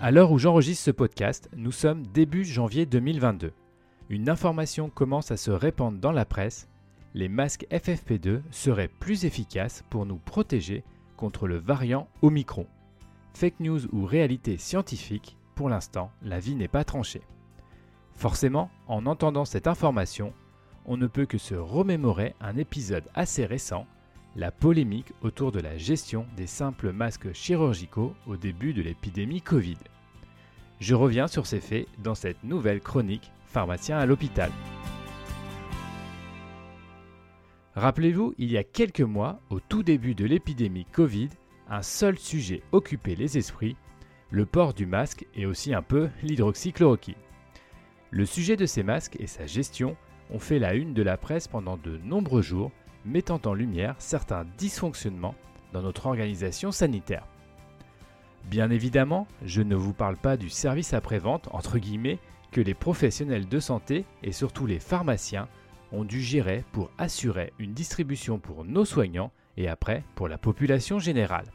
À l'heure où j'enregistre ce podcast, nous sommes début janvier 2022. Une information commence à se répandre dans la presse. Les masques FFP2 seraient plus efficaces pour nous protéger contre le variant Omicron. Fake news ou réalité scientifique, pour l'instant, l'avis n'est pas tranché. Forcément, en entendant cette information, on ne peut que se remémorer un épisode assez récent, la polémique autour de la gestion des simples masques chirurgicaux au début de l'épidémie Covid. Je reviens sur ces faits dans cette nouvelle chronique Pharmacien à l'hôpital. Rappelez-vous, il y a quelques mois, au tout début de l'épidémie Covid, un seul sujet occupait les esprits, le port du masque et aussi un peu l'hydroxychloroquine. Le sujet de ces masques et sa gestion ont fait la une de la presse pendant de nombreux jours, mettant en lumière certains dysfonctionnements dans notre organisation sanitaire. Bien évidemment, je ne vous parle pas du service après-vente, entre guillemets, que les professionnels de santé et surtout les pharmaciens ont dû gérer pour assurer une distribution pour nos soignants et après pour la population générale.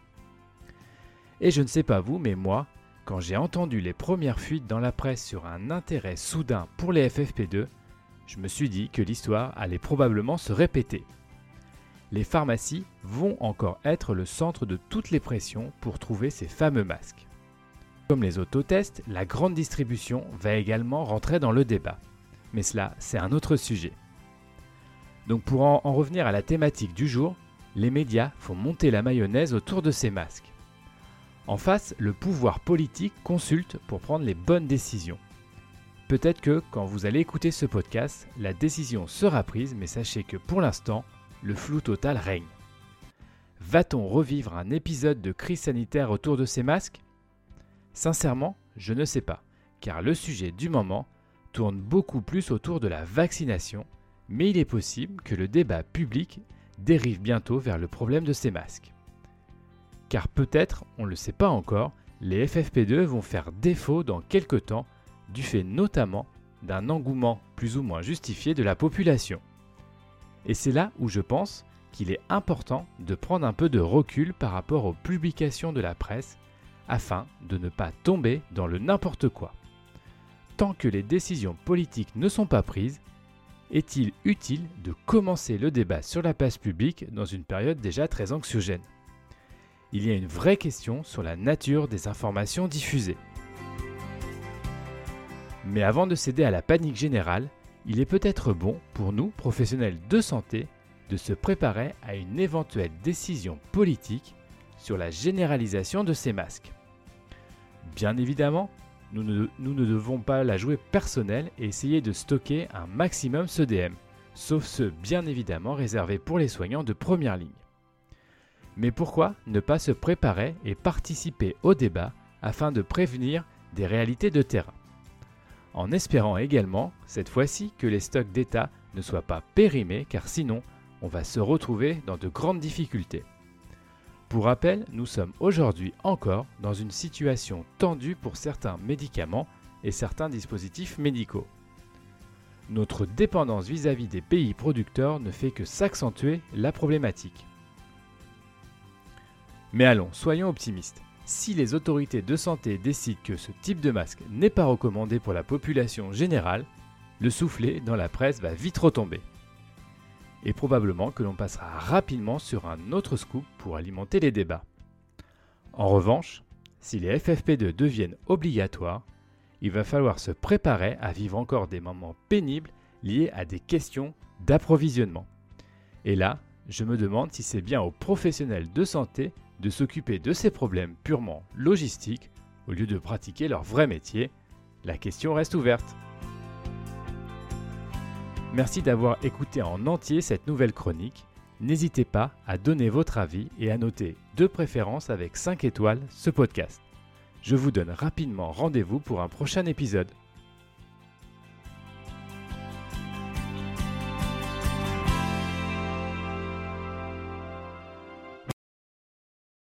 Et je ne sais pas vous, mais moi, quand j'ai entendu les premières fuites dans la presse sur un intérêt soudain pour les FFP2, je me suis dit que l'histoire allait probablement se répéter. Les pharmacies vont encore être le centre de toutes les pressions pour trouver ces fameux masques. Comme les autotests, la grande distribution va également rentrer dans le débat. Mais cela, c'est un autre sujet. Donc pour en revenir à la thématique du jour, les médias font monter la mayonnaise autour de ces masques. En face, le pouvoir politique consulte pour prendre les bonnes décisions. Peut-être que quand vous allez écouter ce podcast, la décision sera prise, mais sachez que pour l'instant, le flou total règne. Va-t-on revivre un épisode de crise sanitaire autour de ces masques ? Sincèrement, je ne sais pas, car le sujet du moment tourne beaucoup plus autour de la vaccination, mais il est possible que le débat public dérive bientôt vers le problème de ces masques. Car peut-être, on ne le sait pas encore, les FFP2 vont faire défaut dans quelques temps, du fait notamment d'un engouement plus ou moins justifié de la population. Et c'est là où je pense qu'il est important de prendre un peu de recul par rapport aux publications de la presse afin de ne pas tomber dans le n'importe quoi. Tant que les décisions politiques ne sont pas prises, est-il utile de commencer le débat sur la place publique dans une période déjà très anxiogène ? Il y a une vraie question sur la nature des informations diffusées. Mais avant de céder à la panique générale, il est peut-être bon pour nous, professionnels de santé, de se préparer à une éventuelle décision politique sur la généralisation de ces masques. Bien évidemment, nous ne devons pas la jouer personnelle et essayer de stocker un maximum ce DM, sauf ceux bien évidemment réservés pour les soignants de première ligne. Mais pourquoi ne pas se préparer et participer au débat afin de prévenir des réalités de terrain ? En espérant également, cette fois-ci, que les stocks d'État ne soient pas périmés, car sinon, on va se retrouver dans de grandes difficultés. Pour rappel, nous sommes aujourd'hui encore dans une situation tendue pour certains médicaments et certains dispositifs médicaux. Notre dépendance vis-à-vis des pays producteurs ne fait que s'accentuer la problématique. Mais allons, soyons optimistes. Si les autorités de santé décident que ce type de masque n'est pas recommandé pour la population générale, le soufflet dans la presse va vite retomber. Et probablement que l'on passera rapidement sur un autre scoop pour alimenter les débats. En revanche, si les FFP2 deviennent obligatoires, il va falloir se préparer à vivre encore des moments pénibles liés à des questions d'approvisionnement. Et là, je me demande si c'est bien aux professionnels de santé de s'occuper de ces problèmes purement logistiques au lieu de pratiquer leur vrai métier. La question reste ouverte. Merci d'avoir écouté en entier cette nouvelle chronique. N'hésitez pas à donner votre avis et à noter de préférence avec 5 étoiles ce podcast. Je vous donne rapidement rendez-vous pour un prochain épisode.